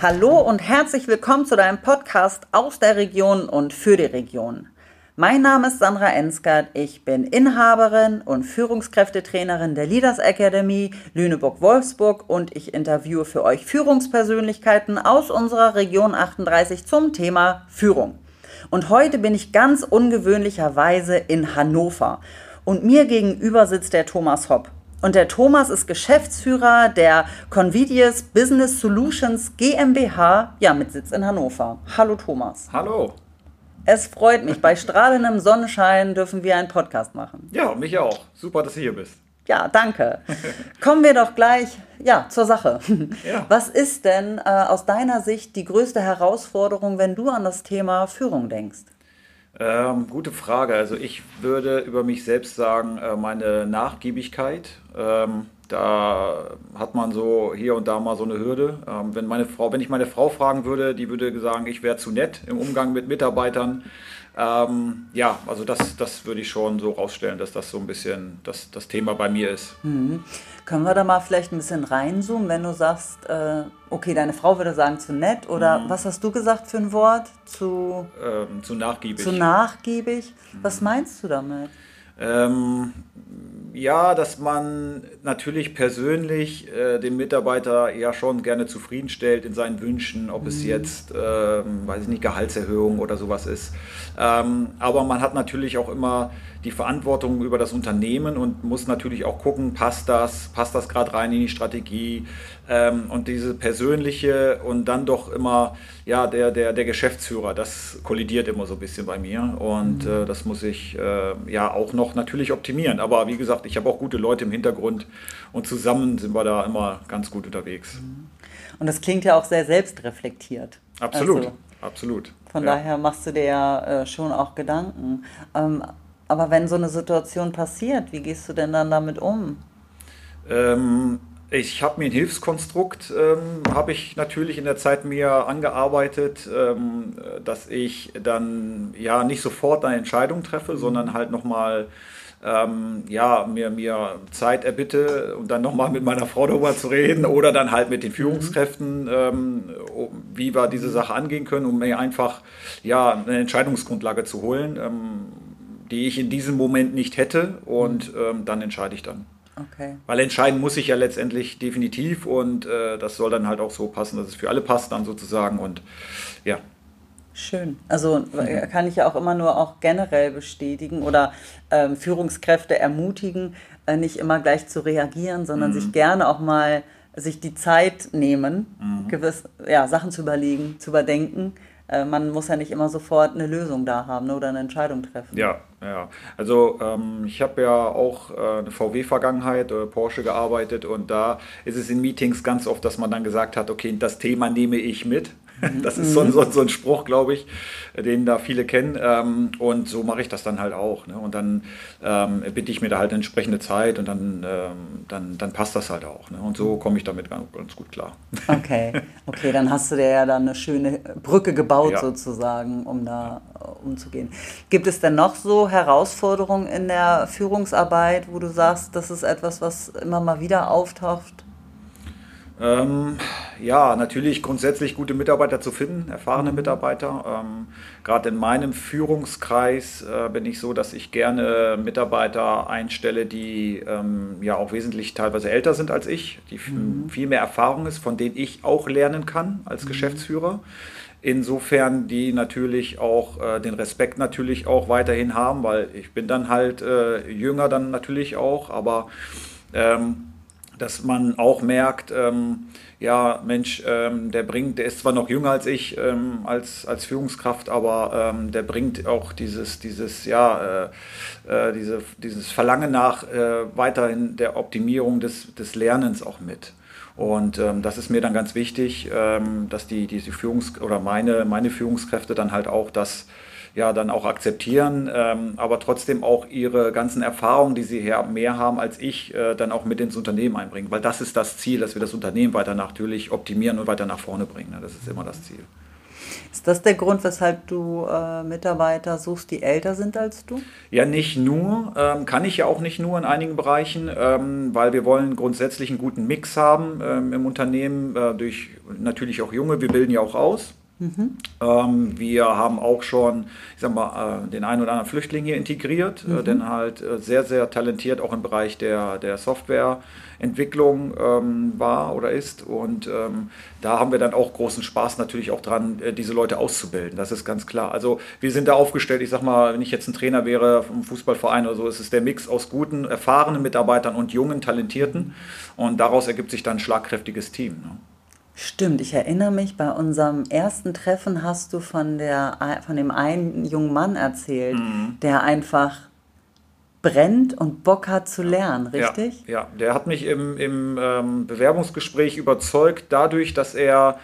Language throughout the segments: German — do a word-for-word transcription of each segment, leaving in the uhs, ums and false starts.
Hallo und herzlich willkommen zu deinem Podcast aus der Region und für die Region. Mein Name ist Sandra Enskert, ich bin Inhaberin und Führungskräftetrainerin der Leaders Academy Lüneburg-Wolfsburg und ich interviewe für euch Führungspersönlichkeiten aus unserer Region achtunddreißig zum Thema Führung. Und heute bin ich ganz ungewöhnlicherweise in Hannover und mir gegenüber sitzt der Thomas Hopp. Und der Thomas ist Geschäftsführer der Convidius Business Solutions GmbH, ja, mit Sitz in Hannover. Hallo Thomas. Hallo. Es freut mich, bei strahlendem Sonnenschein dürfen wir einen Podcast machen. Ja, mich auch. Super, dass du hier bist. Ja, danke. Kommen wir doch gleich ja, zur Sache. Ja. Was ist denn äh, aus deiner Sicht die größte Herausforderung, wenn du an das Thema Führung denkst? Ähm, gute Frage. Also ich würde über mich selbst sagen, äh, meine Nachgiebigkeit. Ähm, da hat man so hier und da mal so eine Hürde. Ähm, wenn meine Frau, wenn ich meine Frau fragen würde, die würde sagen, ich wäre zu nett im Umgang mit Mitarbeitern. Ähm, ja, also das, das würde ich schon so rausstellen, dass das so ein bisschen das, das Thema bei mir ist. Mhm. Können wir da mal vielleicht ein bisschen reinzoomen, wenn du sagst, äh, okay, deine Frau würde sagen zu nett oder mhm. was hast du gesagt für ein Wort? Zu, ähm, zu nachgiebig. Zu nachgiebig. Mhm. Was meinst du damit? Ähm, ja, dass man natürlich persönlich äh, den Mitarbeiter ja schon gerne zufriedenstellt in seinen Wünschen, ob mhm. es jetzt, ähm, weiß ich nicht, Gehaltserhöhung oder sowas ist. Ähm, aber man hat natürlich auch immer die Verantwortung über das Unternehmen und muss natürlich auch gucken, passt das, passt das gerade rein in die Strategie ähm, und diese persönliche und dann doch immer, ja, der, der, der Geschäftsführer, das kollidiert immer so ein bisschen bei mir und mhm. äh, das muss ich äh, ja auch noch natürlich optimieren, aber wie gesagt, ich habe auch gute Leute im Hintergrund und zusammen sind wir da immer ganz gut unterwegs. Und das klingt ja auch sehr selbstreflektiert. Absolut, also, absolut. Von ja. daher machst du dir ja äh, schon auch Gedanken. Ähm, aber wenn so eine Situation passiert, wie gehst du denn dann damit um? Ähm, ich habe mir ein Hilfskonstrukt, ähm, habe ich natürlich in der Zeit mir angearbeitet, ähm, dass ich dann ja nicht sofort eine Entscheidung treffe, mhm. sondern halt nochmal ähm, ja, mir, mir Zeit erbitte und dann nochmal mit meiner Frau darüber zu reden oder dann halt mit den Führungskräften, ähm, wie wir diese Sache angehen können, um mir einfach ja, eine Entscheidungsgrundlage zu holen, ähm, die ich in diesem Moment nicht hätte und ähm, dann entscheide ich dann. Okay. Weil entscheiden muss ich ja letztendlich definitiv und äh, das soll dann halt auch so passen, dass es für alle passt dann sozusagen und ja. Schön. Also mhm. kann ich ja auch immer nur auch generell bestätigen oder ähm, Führungskräfte ermutigen, äh, nicht immer gleich zu reagieren, sondern mhm. sich gerne auch mal sich die Zeit nehmen, mhm. gewiss, ja, Sachen zu überlegen, zu überdenken. Äh, man muss ja nicht immer sofort eine Lösung da haben, ne, oder eine Entscheidung treffen. Ja, ja. Also ähm, ich habe ja auch äh, eine V W-Vergangenheit, äh, Porsche gearbeitet und da ist es in Meetings ganz oft, dass man dann gesagt hat, okay, das Thema nehme ich mit. Das ist so ein, so, so ein Spruch, glaube ich, den da viele kennen. Ähm, und so mache ich das dann halt auch. Ne? Und dann ähm, bitte ich mir da halt eine entsprechende Zeit und dann, ähm, dann, dann passt das halt auch. Ne? Und so komme ich damit ganz, ganz gut klar. Okay, okay, dann hast du dir ja dann eine schöne Brücke gebaut ja. sozusagen, um da umzugehen. Gibt es denn noch so Herausforderungen in der Führungsarbeit, wo du sagst, das ist etwas, was immer mal wieder auftaucht? Ähm, ja, natürlich grundsätzlich gute Mitarbeiter zu finden, erfahrene mhm. Mitarbeiter. Ähm, Gerade in meinem Führungskreis äh, bin ich so, dass ich gerne Mitarbeiter einstelle, die ähm, ja auch wesentlich teilweise älter sind als ich, die mhm. viel mehr Erfahrung ist, von denen ich auch lernen kann als mhm. Geschäftsführer. Insofern die natürlich auch äh, den Respekt natürlich auch weiterhin haben, weil ich bin dann halt äh, jünger dann natürlich auch, aber ähm, dass man auch merkt, ähm, ja, Mensch, ähm, der bringt, der ist zwar noch jünger als ich ähm, als, als Führungskraft, aber ähm, der bringt auch dieses, dieses, ja, äh, äh, diese, dieses Verlangen nach äh, weiterhin der Optimierung des, des Lernens auch mit. Und ähm, das ist mir dann ganz wichtig, ähm, dass die, diese Führungs- oder meine, meine Führungskräfte dann halt auch das ja dann auch akzeptieren, ähm, aber trotzdem auch ihre ganzen Erfahrungen, die sie her mehr haben als ich, äh, dann auch mit ins Unternehmen einbringen. Weil das ist das Ziel, dass wir das Unternehmen weiter natürlich optimieren und weiter nach vorne bringen. Ne? Das ist immer das Ziel. Ist das der Grund, weshalb du äh, Mitarbeiter suchst, die älter sind als du? Ja, nicht nur, ähm, kann ich ja auch nicht nur in einigen Bereichen, ähm, weil wir wollen grundsätzlich einen guten Mix haben ähm, im Unternehmen, äh, durch natürlich auch Junge, wir bilden ja auch aus. Mhm. Ähm, wir haben auch schon, ich sag mal, äh, den einen oder anderen Flüchtling hier integriert, mhm. äh, denn halt äh, sehr, sehr talentiert auch im Bereich der, der Softwareentwicklung ähm, war oder ist. Und ähm, da haben wir dann auch großen Spaß natürlich auch dran, äh, diese Leute auszubilden. Das ist ganz klar. Also wir sind da aufgestellt, ich sag mal, wenn ich jetzt ein Trainer wäre vom Fußballverein oder so, ist es der Mix aus guten, erfahrenen Mitarbeitern und jungen, talentierten. Und daraus ergibt sich dann ein schlagkräftiges Team, ne? Stimmt, ich erinnere mich, bei unserem ersten Treffen hast du von, der, von dem einen jungen Mann erzählt, mhm. der einfach brennt und Bock hat zu lernen, richtig? Ja, ja. Der hat mich im, im ähm, Bewerbungsgespräch überzeugt dadurch, dass er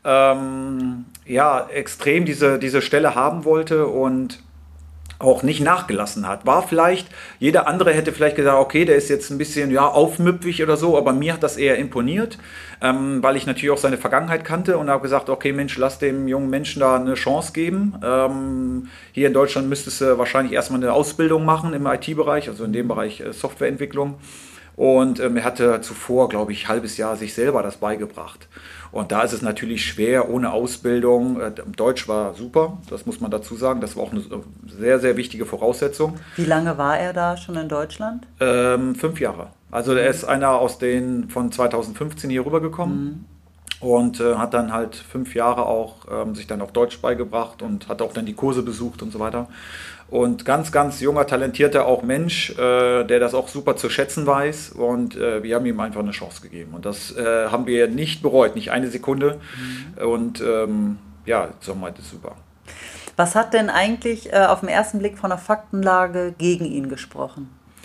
ähm, ja, extrem diese, diese Stelle haben wollte und auch nicht nachgelassen hat. War vielleicht, jeder andere hätte vielleicht gesagt, okay, der ist jetzt ein bisschen ja, aufmüpfig oder so, aber mir hat das eher imponiert, ähm, weil ich natürlich auch seine Vergangenheit kannte und habe gesagt, okay Mensch, lass dem jungen Menschen da eine Chance geben. Ähm, hier in Deutschland müsstest du wahrscheinlich erstmal eine Ausbildung machen im I T-Bereich, also in dem Bereich äh, Softwareentwicklung. Und ähm, er hatte zuvor, glaube ich, ein halbes Jahr sich selber das beigebracht. Und da ist es natürlich schwer, ohne Ausbildung. Äh, Deutsch war super, das muss man dazu sagen. Das war auch eine sehr, sehr wichtige Voraussetzung. Wie lange war er da schon in Deutschland? Ähm, fünf Jahre. Also er ist einer aus den von zweitausendfünfzehn hier rübergekommen. Mhm. Und äh, hat dann halt fünf Jahre auch ähm, sich dann auch Deutsch beigebracht und hat auch dann die Kurse besucht und so weiter. Und ganz, ganz junger, talentierter auch Mensch, äh, der das auch super zu schätzen weiß. Und äh, wir haben ihm einfach eine Chance gegeben. Und das äh, haben wir nicht bereut, nicht eine Sekunde. Mhm. Und ähm, ja, soweit ist super. Was hat denn eigentlich äh, auf den ersten Blick von der Faktenlage gegen ihn gesprochen?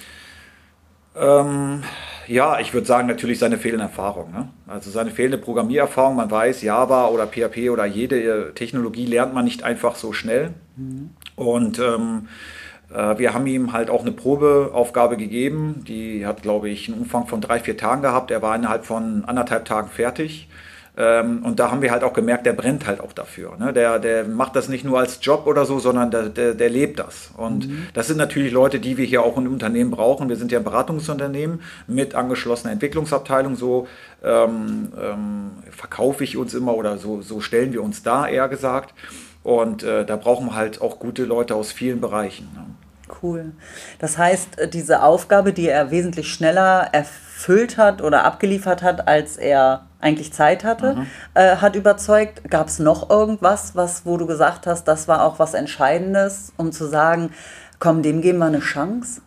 Ähm, ja, ich würde sagen, natürlich seine fehlende Erfahrung. Ne? Also seine fehlende Programmiererfahrung. Man weiß, Java oder P H P oder jede Technologie lernt man nicht einfach so schnell. Mhm. Und ähm, äh, wir haben ihm halt auch eine Probeaufgabe gegeben. Die hat, glaube ich, einen Umfang von drei, vier Tagen gehabt. Er war innerhalb von anderthalb Tagen fertig. Ähm, und da haben wir halt auch gemerkt, der brennt halt auch dafür. Ne? Der, der macht das nicht nur als Job oder so, sondern der, der, der lebt das. Und mhm. das sind natürlich Leute, die wir hier auch im Unternehmen brauchen. Wir sind ja ein Beratungsunternehmen mit angeschlossener Entwicklungsabteilung. So ähm, ähm, verkaufe ich uns immer oder so, so stellen wir uns da, eher gesagt. Und äh, da brauchen wir halt auch gute Leute aus vielen Bereichen. Ne? Cool. Das heißt, diese Aufgabe, die er wesentlich schneller erfüllt hat oder abgeliefert hat, als er eigentlich Zeit hatte, mhm. äh, hat überzeugt. Gab es noch irgendwas, was, wo du gesagt hast, das war auch was Entscheidendes, um zu sagen, komm, dem geben wir eine Chance?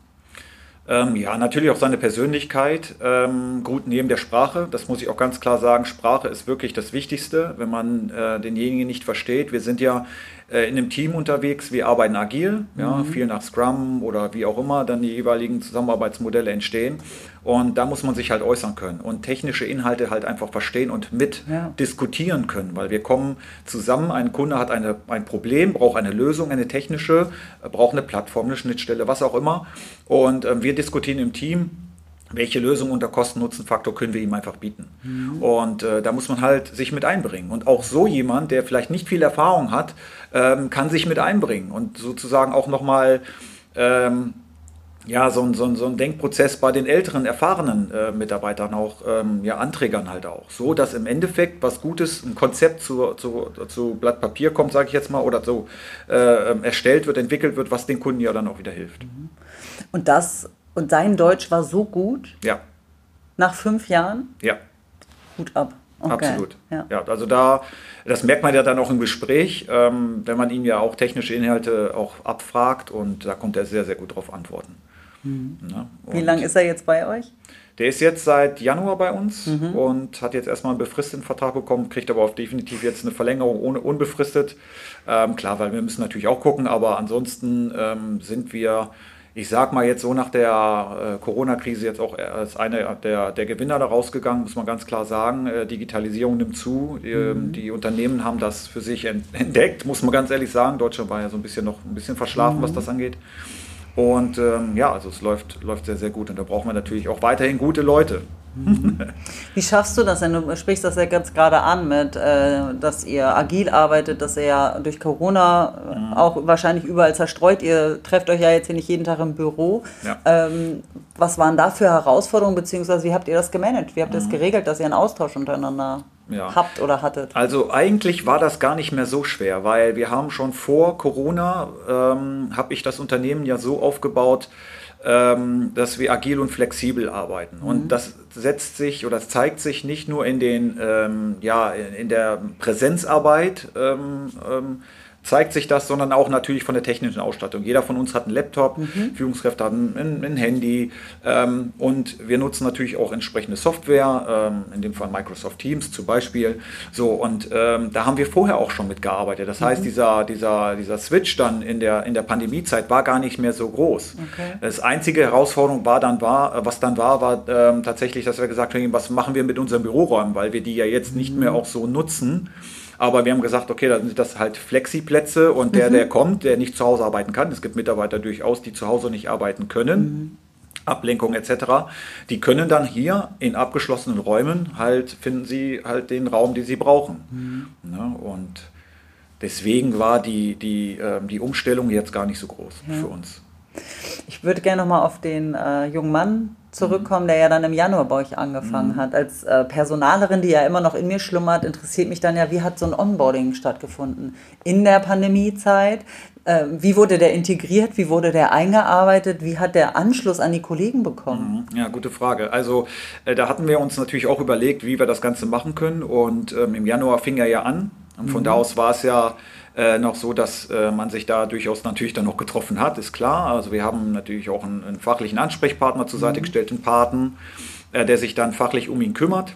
Ähm, ja, natürlich auch seine Persönlichkeit, ähm, gut neben der Sprache, das muss ich auch ganz klar sagen, Sprache ist wirklich das Wichtigste, wenn man äh, denjenigen nicht versteht. Wir sind ja äh, in einem Team unterwegs, wir arbeiten agil, ja, mhm. viel nach Scrum oder wie auch immer dann die jeweiligen Zusammenarbeitsmodelle entstehen und da muss man sich halt äußern können und technische Inhalte halt einfach verstehen und mit ja. diskutieren können, weil wir kommen zusammen, ein Kunde hat eine, ein Problem, braucht eine Lösung, eine technische, braucht eine Plattform, eine Schnittstelle, was auch immer und äh, wir diskutieren im Team, welche Lösung unter Kosten-Nutzen-Faktor können wir ihm einfach bieten. Mhm. Und äh, da muss man halt sich mit einbringen. Und auch so jemand, der vielleicht nicht viel Erfahrung hat, ähm, kann sich mit einbringen und sozusagen auch nochmal ähm, ja, so, so, so einen Denkprozess bei den älteren, erfahrenen äh, Mitarbeitern auch ähm, ja, anträgern halt auch. So, dass im Endeffekt was Gutes, ein Konzept zu, zu, zu Blatt Papier kommt, sage ich jetzt mal, oder so äh, erstellt wird, entwickelt wird, was den Kunden ja dann auch wieder hilft. Und das Und dein Deutsch war so gut? Ja. Nach fünf Jahren? Ja. Hut ab. Okay. Absolut. Ja. Ja, also da, das merkt man ja dann auch im Gespräch, ähm, wenn man ihn ja auch technische Inhalte auch abfragt und da konnte er sehr, sehr gut drauf antworten. Mhm. Ja, wie lange ist er jetzt bei euch? Der ist jetzt seit Januar bei uns mhm. und hat jetzt erstmal einen befristeten Vertrag bekommen, kriegt aber auch definitiv jetzt eine Verlängerung ohne unbefristet. Ähm, klar, weil wir müssen natürlich auch gucken, aber ansonsten ähm, sind wir, ich sag mal jetzt so nach der äh, Corona-Krise jetzt auch als einer der, der Gewinner da rausgegangen, muss man ganz klar sagen. Äh, Digitalisierung nimmt zu. Die, mhm. die Unternehmen haben das für sich entdeckt, muss man ganz ehrlich sagen. Deutschland war ja so ein bisschen noch ein bisschen verschlafen, mhm. was das angeht. Und ähm, ja, also es läuft, läuft sehr, sehr gut. Und da brauchen wir natürlich auch weiterhin gute Leute. Wie schaffst du das denn? Du sprichst das ja ganz gerade an mit, äh, dass ihr agil arbeitet, dass ihr ja durch Corona mhm. auch wahrscheinlich überall zerstreut. Ihr trefft euch ja jetzt hier nicht jeden Tag im Büro. Ja. Ähm, was waren da für Herausforderungen, beziehungsweise wie habt ihr das gemanagt? Wie habt ihr mhm. das geregelt, dass ihr einen Austausch untereinander ja. habt oder hattet? Also eigentlich war das gar nicht mehr so schwer, weil wir haben schon vor Corona, ähm, habe ich das Unternehmen ja so aufgebaut, Ähm, dass wir agil und flexibel arbeiten. Mhm. Und das setzt sich oder zeigt sich nicht nur in den ähm, ja in, in der Präsenzarbeit ähm, ähm, zeigt sich das, sondern auch natürlich von der technischen Ausstattung. Jeder von uns hat einen Laptop, mhm. Führungskräfte haben ein, ein Handy ähm, und wir nutzen natürlich auch entsprechende Software, ähm, in dem Fall Microsoft Teams zum Beispiel. So, und ähm, da haben wir vorher auch schon mitgearbeitet. Das mhm. heißt, dieser, dieser, dieser Switch dann in der, in der Pandemiezeit war gar nicht mehr so groß. Okay. Das einzige Herausforderung war dann war, was dann war, war ähm, tatsächlich, dass wir gesagt haben, was machen wir mit unseren Büroräumen, weil wir die ja jetzt nicht mhm. mehr auch so nutzen. Aber wir haben gesagt, okay, dann sind das halt Flexiplätze und der, mhm. der kommt, der nicht zu Hause arbeiten kann. Es gibt Mitarbeiter durchaus, die zu Hause nicht arbeiten können. Mhm. Ablenkung et cetera. Die können dann hier in abgeschlossenen Räumen halt, finden sie halt den Raum, den sie brauchen. Mhm. Ja, und deswegen war die, die, äh, die Umstellung jetzt gar nicht so groß ja. für uns. Ich würde gerne nochmal auf den äh, jungen Mann zurückkommen, der ja dann im Januar bei euch angefangen mhm. hat. Als äh, Personalerin, die ja immer noch in mir schlummert, interessiert mich dann ja, wie hat so ein Onboarding stattgefunden in der Pandemiezeit? Äh, wie wurde der integriert? Wie wurde der eingearbeitet? Wie hat der Anschluss an die Kollegen bekommen? Mhm. Ja, gute Frage. Also äh, da hatten wir uns natürlich auch überlegt, wie wir das Ganze machen können. Und ähm, im Januar fing er ja an. Und von mhm. da aus war es ja Äh, noch so, dass äh, man sich da durchaus natürlich dann noch getroffen hat, ist klar. Also wir haben natürlich auch einen, einen fachlichen Ansprechpartner zur Seite mhm. gestellt, einen Paten, äh, der sich dann fachlich um ihn kümmert.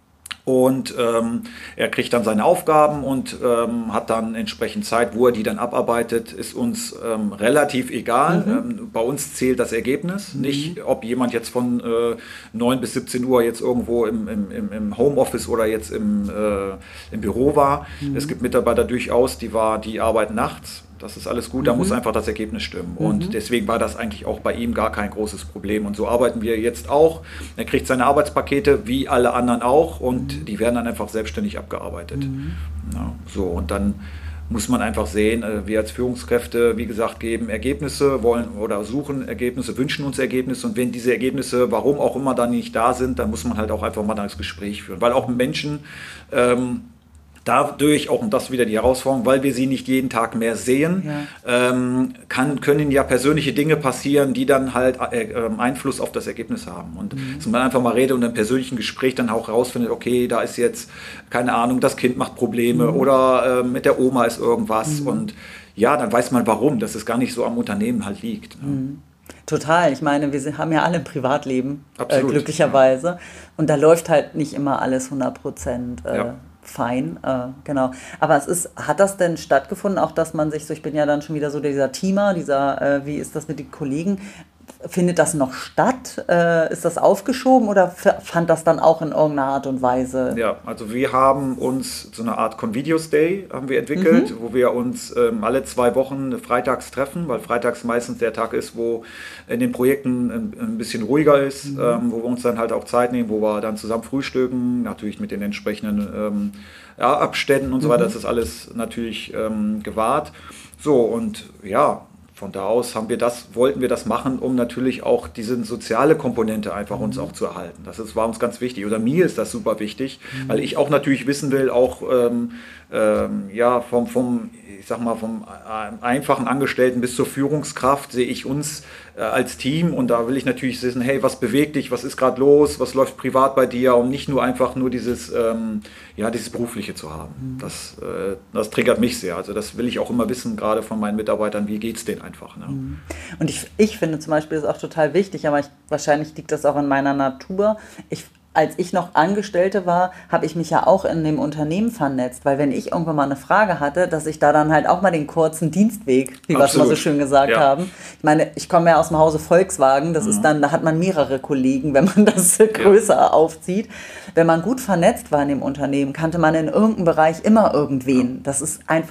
Und ähm, er kriegt dann seine Aufgaben und ähm, hat dann entsprechend Zeit, wo er die dann abarbeitet, ist uns ähm, relativ egal. Mhm. Ähm, bei uns zählt das Ergebnis, mhm. nicht ob jemand jetzt von äh, neun bis siebzehn Uhr jetzt irgendwo im, im, im Homeoffice oder jetzt im, äh, im Büro war. Mhm. Es gibt Mitarbeiter durchaus, die, war, die arbeiten nachts. Das ist alles gut, da mhm. muss einfach das Ergebnis stimmen. Mhm. Und deswegen war das eigentlich auch bei ihm gar kein großes Problem. Und so arbeiten wir jetzt auch. Er kriegt seine Arbeitspakete, wie alle anderen auch. Und mhm. die werden dann einfach selbstständig abgearbeitet. Mhm. Ja, so, und dann muss man einfach sehen, wir als Führungskräfte, wie gesagt, geben Ergebnisse, wollen oder suchen Ergebnisse, wünschen uns Ergebnisse. Und wenn diese Ergebnisse, warum auch immer, dann nicht da sind, dann muss man halt auch einfach mal das Gespräch führen. Weil auch Menschen... Ähm, Dadurch auch, und das wieder die Herausforderung, weil wir sie nicht jeden Tag mehr sehen, ja. ähm, kann, können ja persönliche Dinge passieren, die dann halt äh, Einfluss auf das Ergebnis haben. Und mhm. dass man einfach mal redet und im persönlichen Gespräch dann auch herausfindet, okay, da ist jetzt, keine Ahnung, das Kind macht Probleme mhm. oder äh, mit der Oma ist irgendwas. Mhm. Und ja, dann weiß man warum, dass es gar nicht so am Unternehmen halt liegt. Ne? Mhm. Total. Ich meine, wir haben ja alle ein Privatleben, äh, glücklicherweise. Ja. Und da läuft halt nicht immer alles hundert Prozent äh, ja. fein, äh, genau. Aber es ist, hat das denn stattgefunden, auch dass man sich so, ich bin ja dann schon wieder so dieser Teamer, dieser, äh, wie ist das mit den Kollegen, findet das noch statt? Äh, ist das aufgeschoben oder fand das dann auch in irgendeiner Art und Weise? Ja, also wir haben uns so eine Art Convivios Day haben wir entwickelt, mhm. wo wir uns ähm, alle zwei Wochen freitags treffen, weil freitags meistens der Tag ist, wo in den Projekten ein, ein bisschen ruhiger ist, mhm. ähm, wo wir uns dann halt auch Zeit nehmen, wo wir dann zusammen frühstücken, natürlich mit den entsprechenden ähm, ja, Abständen und so weiter, mhm. das ist alles natürlich ähm, gewahrt. So, und ja, von da aus haben wir das, wollten wir das machen, um natürlich auch diese soziale Komponente einfach mhm. uns auch zu erhalten. Das ist, war uns ganz wichtig. Oder mir ist das super wichtig, mhm. weil ich auch natürlich wissen will, auch ähm, ähm, ja, vom, vom, ich sag mal, vom einfachen Angestellten bis zur Führungskraft sehe ich uns äh, als Team und da will ich natürlich wissen, hey, was bewegt dich, was ist gerade los, was läuft privat bei dir und nicht nur einfach nur dieses, ähm, ja, dieses Berufliche zu haben. Mhm. Das, äh, das triggert mich sehr. Also das will ich auch immer wissen, gerade von meinen Mitarbeitern, wie geht es denen einfach. Ne? Mhm. Und ich, ich finde zum Beispiel, das ist auch total wichtig, aber ich, wahrscheinlich liegt das auch in meiner Natur. Ich Als ich noch Angestellte war, habe ich mich ja auch in dem Unternehmen vernetzt, weil wenn ich irgendwann mal eine Frage hatte, dass ich da dann halt auch mal den kurzen Dienstweg, wie wir es mal so schön gesagt ja. haben. Ich meine, ich komme ja aus dem Hause Volkswagen, das mhm. ist dann, da hat man mehrere Kollegen, wenn man das größer ja. aufzieht. Wenn man gut vernetzt war in dem Unternehmen, kannte man in irgendeinem Bereich immer irgendwen. Das ist einfach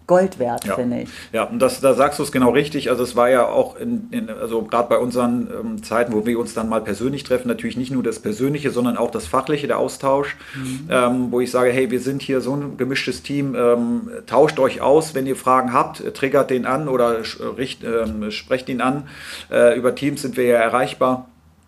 Gold wert, ja. finde ich. Ja, und das, da sagst du es genau richtig. Also es war ja auch, in, in, also gerade bei unseren ähm, Zeiten, wo wir uns dann mal persönlich treffen, natürlich nicht nur das Persönliche, sondern auch das Fachliche, der Austausch, mhm. ähm, wo ich sage, hey, wir sind hier so ein gemischtes Team, ähm, tauscht euch aus, wenn ihr Fragen habt, triggert den an oder richt, ähm, sprecht ihn an. Äh, über Teams sind wir ja erreichbar.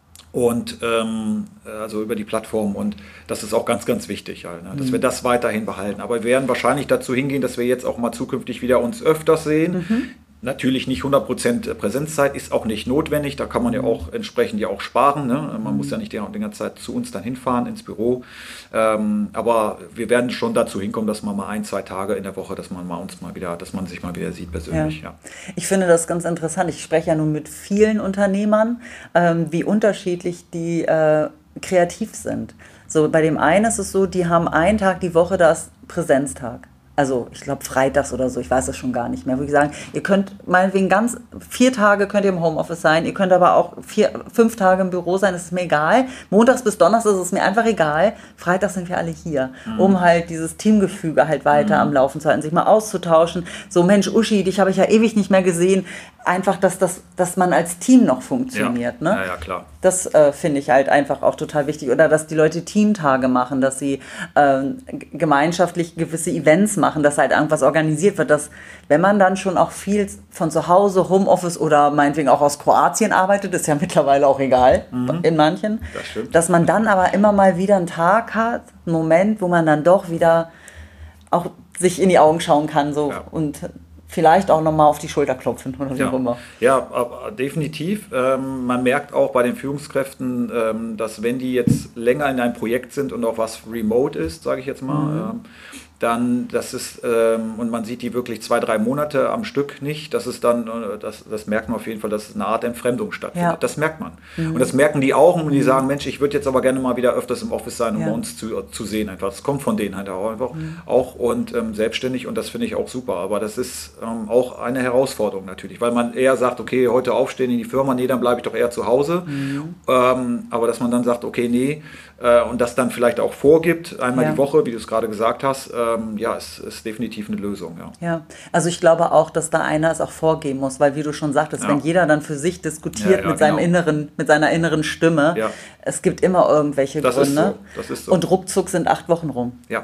Und ähm, also über die Plattform, und das ist auch ganz, ganz wichtig, halt, ne? Dass mhm. wir das weiterhin behalten. Aber wir werden wahrscheinlich dazu hingehen, dass wir jetzt auch mal zukünftig wieder uns öfters sehen. Mhm. Natürlich nicht hundert Prozent Präsenzzeit, ist auch nicht notwendig, da kann man ja auch entsprechend ja auch sparen, ne? Man mhm. muss ja nicht die ganze Zeit zu uns dann hinfahren ins Büro, ähm, aber wir werden schon dazu hinkommen, dass man mal ein, zwei Tage in der Woche, dass man mal uns mal wieder, dass man sich mal wieder sieht persönlich. Ja. Ja. Ich finde das ganz interessant, ich spreche ja nun mit vielen Unternehmern, ähm, wie unterschiedlich die äh, kreativ sind. So, bei dem einen ist es so, die haben einen Tag die Woche, da ist Präsenztag. Also ich glaube freitags oder so, ich weiß es schon gar nicht mehr, wo ich sagen, ihr könnt meinetwegen ganz, vier Tage könnt ihr im Homeoffice sein, ihr könnt aber auch vier, fünf Tage im Büro sein, das ist mir egal. Montags bis Donnerstags ist es mir einfach egal, freitags sind wir alle hier, mhm. um halt dieses Teamgefüge halt weiter mhm. am Laufen zu halten, sich mal auszutauschen. So, Mensch, Uschi, dich habe ich ja ewig nicht mehr gesehen. Einfach, dass, das, dass man als Team noch funktioniert. Ja, ne? ja, ja, klar. Das äh, finde ich halt einfach auch total wichtig. Oder dass die Leute Teamtage machen, dass sie äh, gemeinschaftlich gewisse Events machen, dass halt irgendwas organisiert wird. Dass, wenn man dann schon auch viel von zu Hause, Homeoffice oder meinetwegen auch aus Kroatien arbeitet, ist ja mittlerweile auch egal, mhm. in manchen, das stimmt. Dass man dann aber immer mal wieder einen Tag hat, einen Moment, wo man dann doch wieder auch sich in die Augen schauen kann so ja. und vielleicht auch nochmal auf die Schulter klopfen oder wie ja. auch immer. Ja, aber definitiv. Ähm, man merkt auch bei den Führungskräften, ähm, dass wenn die jetzt länger in einem Projekt sind und auch was remote ist, sage ich jetzt mal, mhm. ähm, dann, das ist, ähm, und man sieht die wirklich zwei, drei Monate am Stück nicht, das ist dann, äh, das, das merkt man auf jeden Fall, dass eine Art Entfremdung stattfindet. Ja. Das merkt man. Mhm. Und das merken die auch, und die sagen, Mensch, ich würde jetzt aber gerne mal wieder öfters im Office sein, um ja. bei uns zu, zu sehen einfach. Das kommt von denen halt auch einfach mhm. auch und ähm, selbstständig, und das finde ich auch super. Aber das ist ähm, auch eine Herausforderung natürlich, weil man eher sagt, okay, heute aufstehen in die Firma, nee, dann bleibe ich doch eher zu Hause. Mhm. Ähm, aber dass man dann sagt, okay, nee, äh, und das dann vielleicht auch vorgibt, einmal ja. die Woche, wie du es gerade gesagt hast, äh, ja, es ist definitiv eine Lösung. Ja. ja, also ich glaube auch, dass da einer es auch vorgeben muss, weil wie du schon sagtest, ja. wenn jeder dann für sich diskutiert ja, ja, mit seinem genau. inneren, mit seiner inneren Stimme, ja. es gibt immer irgendwelche das Gründe. Ist so. Das ist so. Und ruckzuck sind acht Wochen rum. Ja.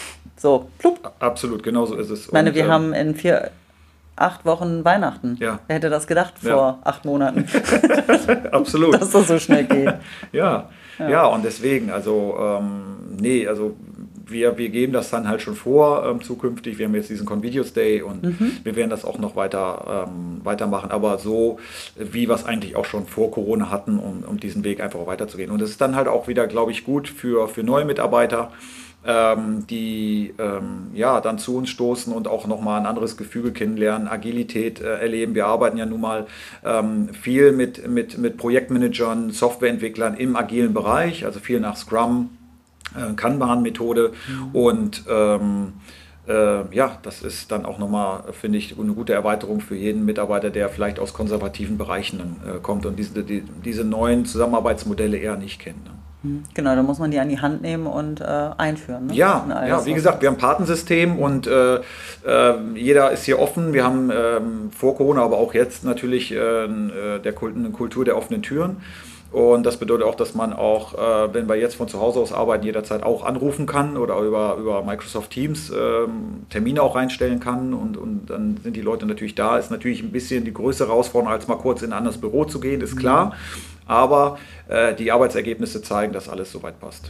So, plupp. Absolut, genau so ist es. Ich meine, und, wir ähm, haben in vier, acht Wochen Weihnachten. Ja. Wer hätte das gedacht vor ja. acht Monaten? Absolut. Dass das so schnell geht. ja. ja, ja, und deswegen, also, ähm, nee, also Wir, wir geben das dann halt schon vor ähm, zukünftig. Wir haben jetzt diesen Convivios Day, und mhm. wir werden das auch noch weiter ähm, weitermachen, aber so, wie wir es eigentlich auch schon vor Corona hatten, um, um diesen Weg einfach weiterzugehen. Und das ist dann halt auch wieder, glaube ich, gut für, für neue Mitarbeiter, ähm, die ähm, ja, dann zu uns stoßen und auch nochmal ein anderes Gefüge kennenlernen, Agilität äh, erleben. Wir arbeiten ja nun mal ähm, viel mit, mit, mit Projektmanagern, Softwareentwicklern im agilen Bereich, also viel nach Scrum, Kanban-Methode, mhm. und ähm, äh, ja, das ist dann auch nochmal, finde ich, eine gute Erweiterung für jeden Mitarbeiter, der vielleicht aus konservativen Bereichen äh, kommt und diese, die, diese neuen Zusammenarbeitsmodelle eher nicht kennt. Ne? Genau, da muss man die an die Hand nehmen und äh, einführen. Ne? Ja, ja, wie gesagt, wir haben ein Patensystem, und äh, äh, jeder ist hier offen. Wir haben äh, vor Corona, aber auch jetzt natürlich äh, der Kult, eine Kultur der offenen Türen. Und das bedeutet auch, dass man auch, äh, wenn wir jetzt von zu Hause aus arbeiten, jederzeit auch anrufen kann oder über, über Microsoft Teams ähm, Termine auch reinstellen kann, und, und dann sind die Leute natürlich da. Ist natürlich ein bisschen die größere Herausforderung, als mal kurz in ein anderes Büro zu gehen, ist klar. Mhm. Aber äh, die Arbeitsergebnisse zeigen, dass alles soweit passt.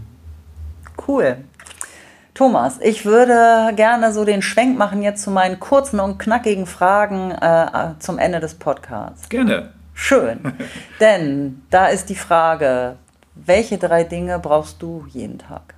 Cool. Thomas, ich würde gerne so den Schwenk machen jetzt zu meinen kurzen und knackigen Fragen äh, zum Ende des Podcasts. Gerne. Schön, denn da ist die Frage, welche drei Dinge brauchst du jeden Tag?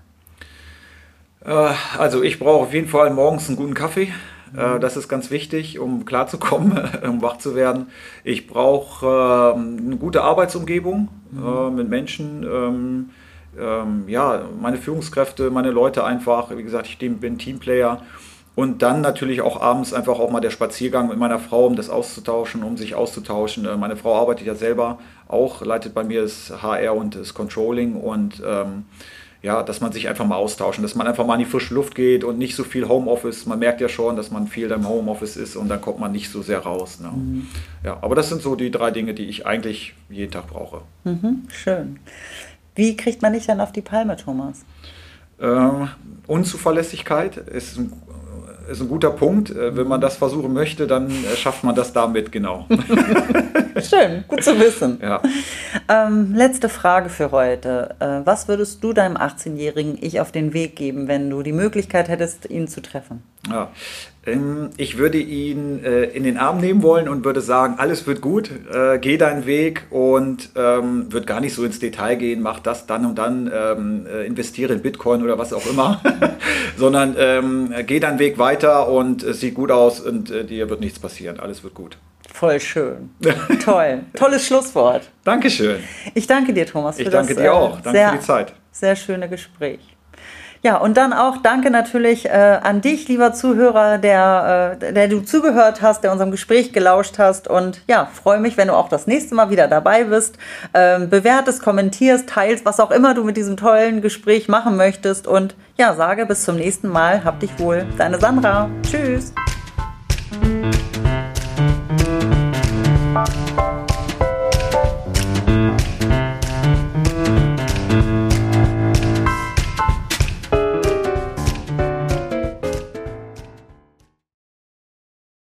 Also ich brauche auf jeden Fall morgens einen guten Kaffee. Mhm. Das ist ganz wichtig, um klarzukommen, um wach zu werden. Ich brauche eine gute Arbeitsumgebung mhm. mit Menschen. Ja, meine Führungskräfte, meine Leute einfach. Wie gesagt, ich bin Teamplayer. Und dann natürlich auch abends einfach auch mal der Spaziergang mit meiner Frau, um das auszutauschen, um sich auszutauschen. Meine Frau arbeitet ja selber auch, leitet bei mir das H R und das Controlling. Und ähm, ja, dass man sich einfach mal austauschen, dass man einfach mal in die frische Luft geht und nicht so viel Homeoffice. Man merkt ja schon, dass man viel im Homeoffice ist und dann kommt man nicht so sehr raus. Ne? Mhm. Ja, aber das sind so die drei Dinge, die ich eigentlich jeden Tag brauche. Mhm, schön. Wie kriegt man dich dann auf die Palme, Thomas? Ähm, Unzuverlässigkeit ist ein, ist ein guter Punkt. Wenn man das versuchen möchte, dann schafft man das damit, genau. Schön, gut zu wissen. Ja. Ähm, letzte Frage für heute. Äh, was würdest du deinem achtzehnjährigen Ich auf den Weg geben, wenn du die Möglichkeit hättest, ihn zu treffen? Ja. Ähm, ich würde ihn äh, in den Arm nehmen wollen und würde sagen, alles wird gut, äh, geh deinen Weg und ähm, würde gar nicht so ins Detail gehen, mach das dann und dann, ähm, äh, investiere in Bitcoin oder was auch immer, sondern ähm, geh deinen Weg weiter und es sieht gut aus und äh, dir wird nichts passieren, alles wird gut. Voll schön. Toll. Tolles Schlusswort. Dankeschön. Ich danke dir, Thomas, für ich danke das dir auch. Danke sehr, für die Zeit. Sehr schöne Gespräch. Ja, und dann auch danke natürlich äh, an dich, lieber Zuhörer, der, äh, der du zugehört hast, der unserem Gespräch gelauscht hast. Und ja, freue mich, wenn du auch das nächste Mal wieder dabei bist. Ähm, bewertest, kommentierst, teilst, was auch immer du mit diesem tollen Gespräch machen möchtest. Und ja, sage bis zum nächsten Mal. Hab dich wohl. Deine Sandra. Tschüss.